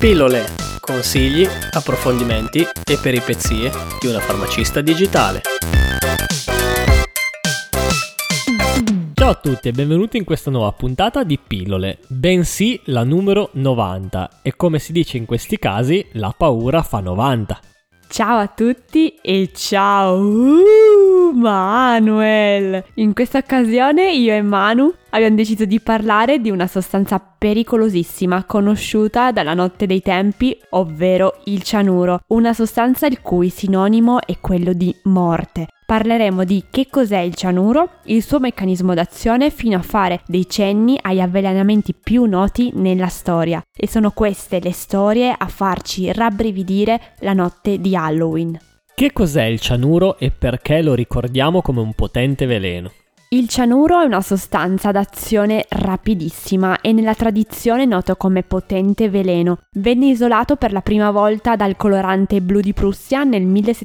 Pillole, consigli, approfondimenti e peripezie di una farmacista digitale. Ciao a tutti e benvenuti in questa nuova puntata di Pillole, bensì la numero 90 e come si dice in questi casi, la paura fa 90. Ciao a tutti e ciao Manuel! In questa occasione io e Manu abbiamo deciso di parlare di una sostanza pericolosissima conosciuta dalla notte dei tempi, ovvero il cianuro, una sostanza il cui sinonimo è quello di morte. Parleremo di che cos'è il cianuro, il suo meccanismo d'azione fino a fare dei cenni agli avvelenamenti più noti nella storia. E sono queste le storie a farci rabbrividire la notte di Halloween. Che cos'è il cianuro e perché lo ricordiamo come un potente veleno? Il cianuro è una sostanza d'azione rapidissima e nella tradizione noto come potente veleno. Venne isolato per la prima volta dal colorante blu di Prussia nel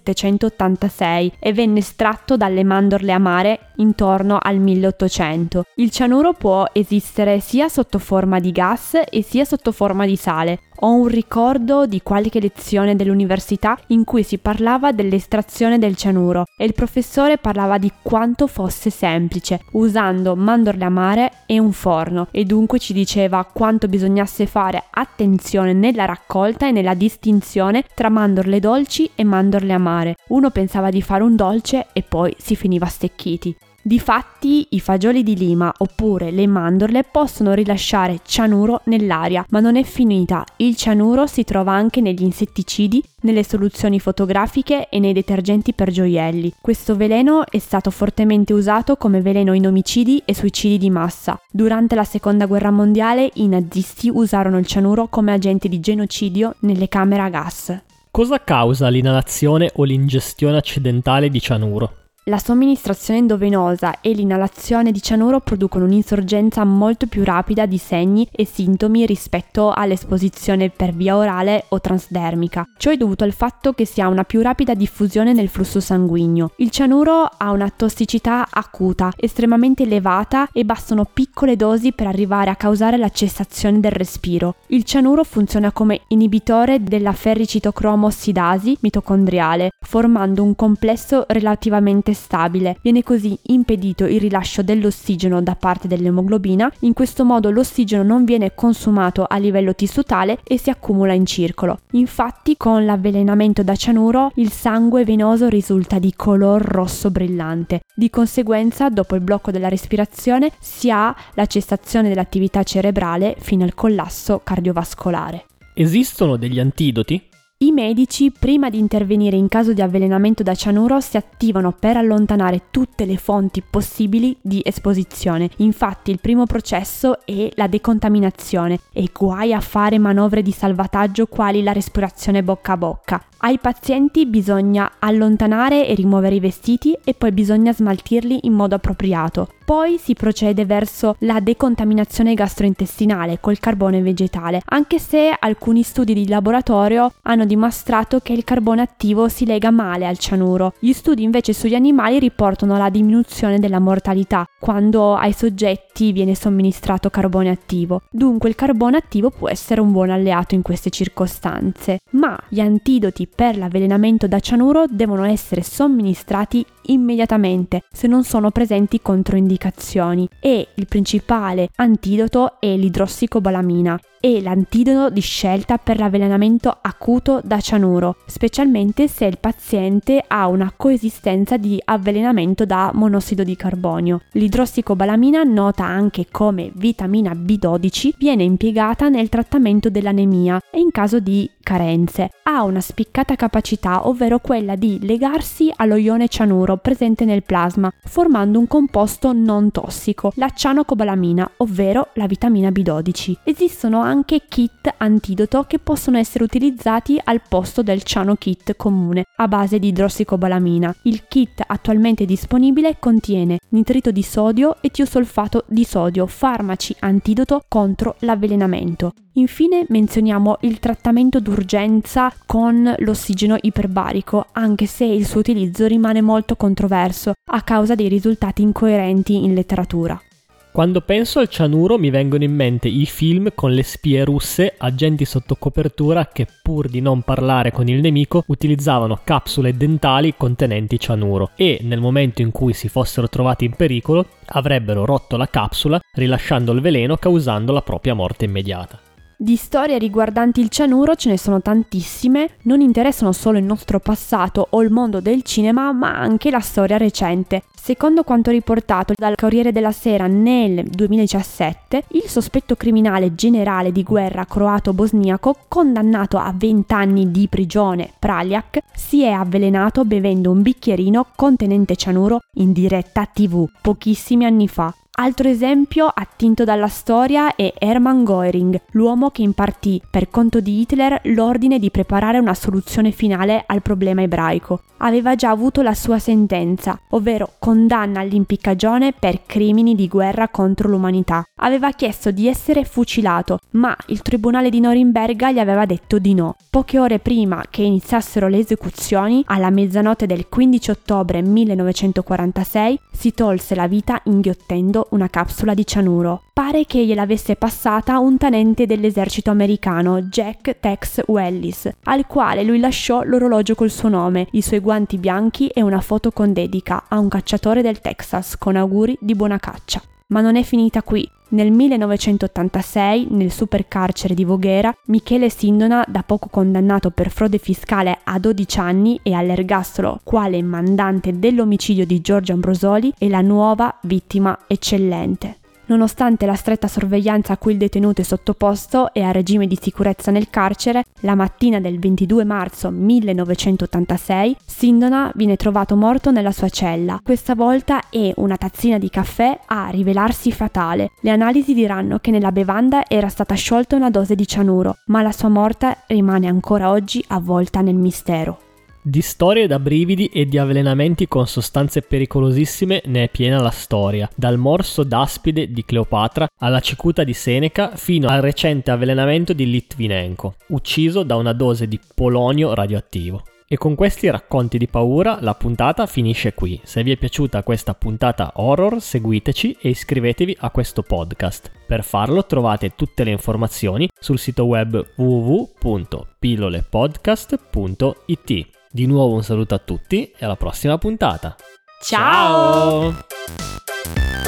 1786 e venne estratto dalle mandorle amare intorno al 1800. Il cianuro può esistere sia sotto forma di gas e sia sotto forma di sale. Ho un ricordo di qualche lezione dell'università in cui si parlava dell'estrazione del cianuro e il professore parlava di quanto fosse semplice, usando mandorle amare e un forno, e dunque ci diceva quanto bisognasse fare attenzione nella raccolta e nella distinzione tra mandorle dolci e mandorle amare. Uno pensava di fare un dolce e poi si finiva stecchiti. Difatti i fagioli di lima oppure le mandorle possono rilasciare cianuro nell'aria, ma non è finita. Il cianuro si trova anche negli insetticidi, nelle soluzioni fotografiche e nei detergenti per gioielli. Questo veleno è stato fortemente usato come veleno in omicidi e suicidi di massa. Durante la Seconda Guerra Mondiale i nazisti usarono il cianuro come agente di genocidio nelle camere a gas. Cosa causa l'inalazione o l'ingestione accidentale di cianuro? La somministrazione endovenosa e l'inalazione di cianuro producono un'insorgenza molto più rapida di segni e sintomi rispetto all'esposizione per via orale o transdermica. Ciò è dovuto al fatto che si ha una più rapida diffusione nel flusso sanguigno. Il cianuro ha una tossicità acuta, estremamente elevata e bastano piccole dosi per arrivare a causare la cessazione del respiro. Il cianuro funziona come inibitore della ferricitocromo ossidasi mitocondriale, formando un complesso relativamente stabile. Viene così impedito il rilascio dell'ossigeno da parte dell'emoglobina. In questo modo l'ossigeno non viene consumato a livello tissutale e si accumula in circolo. Infatti, con l'avvelenamento da cianuro il sangue venoso risulta di color rosso brillante. Di conseguenza, dopo il blocco della respirazione, si ha la cessazione dell'attività cerebrale fino al collasso cardiovascolare. Esistono degli antidoti? I medici, prima di intervenire in caso di avvelenamento da cianuro, si attivano per allontanare tutte le fonti possibili di esposizione. Infatti il primo processo è la decontaminazione e guai a fare manovre di salvataggio quali la respirazione bocca a bocca. Ai pazienti bisogna allontanare e rimuovere i vestiti e poi bisogna smaltirli in modo appropriato. Poi si procede verso la decontaminazione gastrointestinale col carbone vegetale, anche se alcuni studi di laboratorio hanno dimostrato che il carbone attivo si lega male al cianuro. Gli studi invece sugli animali riportano la diminuzione della mortalità quando ai soggetti viene somministrato carbone attivo. Dunque il carbone attivo può essere un buon alleato in queste circostanze, ma gli antidoti per l'avvelenamento da cianuro devono essere somministrati immediatamente se non sono presenti controindicazioni, e il principale antidoto è l'idrossicobalamina. È l'antidoto di scelta per l'avvelenamento acuto da cianuro, specialmente se il paziente ha una coesistenza di avvelenamento da monossido di carbonio. L'idrossicobalamina, nota anche come vitamina B12, viene impiegata nel trattamento dell'anemia e in caso di carenze. Ha una spiccata capacità, ovvero quella di legarsi allo ione cianuro presente nel plasma, formando un composto non tossico, la cianocobalamina, ovvero la vitamina B12. Esistono anche kit antidoto che possono essere utilizzati al posto del ciano kit comune a base di idrossicobalamina. Il kit attualmente disponibile contiene nitrito di sodio e tiosolfato di sodio, farmaci antidoto contro l'avvelenamento. Infine menzioniamo il trattamento d'urgenza con l'ossigeno iperbarico, anche se il suo utilizzo rimane molto controverso a causa dei risultati incoerenti in letteratura. Quando penso al cianuro mi vengono in mente i film con le spie russe, agenti sotto copertura che pur di non parlare con il nemico utilizzavano capsule dentali contenenti cianuro e nel momento in cui si fossero trovati in pericolo avrebbero rotto la capsula rilasciando il veleno causando la propria morte immediata. Di storie riguardanti il cianuro ce ne sono tantissime, non interessano solo il nostro passato o il mondo del cinema, ma anche la storia recente. Secondo quanto riportato dal Corriere della Sera nel 2017, il sospetto criminale generale di guerra croato-bosniaco, condannato a 20 anni di prigione, Praljak, si è avvelenato bevendo un bicchierino contenente cianuro in diretta TV pochissimi anni fa. Altro esempio attinto dalla storia è Hermann Göring, l'uomo che impartì per conto di Hitler l'ordine di preparare una soluzione finale al problema ebraico. Aveva già avuto la sua sentenza, ovvero condanna all'impiccagione per crimini di guerra contro l'umanità. Aveva chiesto di essere fucilato, ma il tribunale di Norimberga gli aveva detto di no. Poche ore prima che iniziassero le esecuzioni, alla mezzanotte del 15 ottobre 1946, si tolse la vita inghiottendo una capsula di cianuro. Pare che gliel'avesse passata un tenente dell'esercito americano, Jack Tex Wellis, al quale lui lasciò l'orologio col suo nome, i suoi guanti bianchi e una foto con dedica a un cacciatore del Texas con auguri di buona caccia. Ma non è finita qui. Nel 1986, nel supercarcere di Voghera, Michele Sindona, da poco condannato per frode fiscale a 12 anni e all'ergastolo quale mandante dell'omicidio di Giorgio Ambrosoli, è la nuova vittima eccellente. Nonostante la stretta sorveglianza a cui il detenuto è sottoposto e al regime di sicurezza nel carcere, la mattina del 22 marzo 1986 Sindona viene trovato morto nella sua cella. Questa volta è una tazzina di caffè a rivelarsi fatale. Le analisi diranno che nella bevanda era stata sciolta una dose di cianuro, ma la sua morte rimane ancora oggi avvolta nel mistero. Di storie da brividi e di avvelenamenti con sostanze pericolosissime ne è piena la storia, dal morso d'aspide di Cleopatra alla cicuta di Seneca fino al recente avvelenamento di Litvinenko, ucciso da una dose di polonio radioattivo. E con questi racconti di paura la puntata finisce qui. Se vi è piaciuta questa puntata horror, seguiteci e iscrivetevi a questo podcast. Per farlo trovate tutte le informazioni sul sito web www.pillolepodcast.it. Di nuovo un saluto a tutti e alla prossima puntata. Ciao!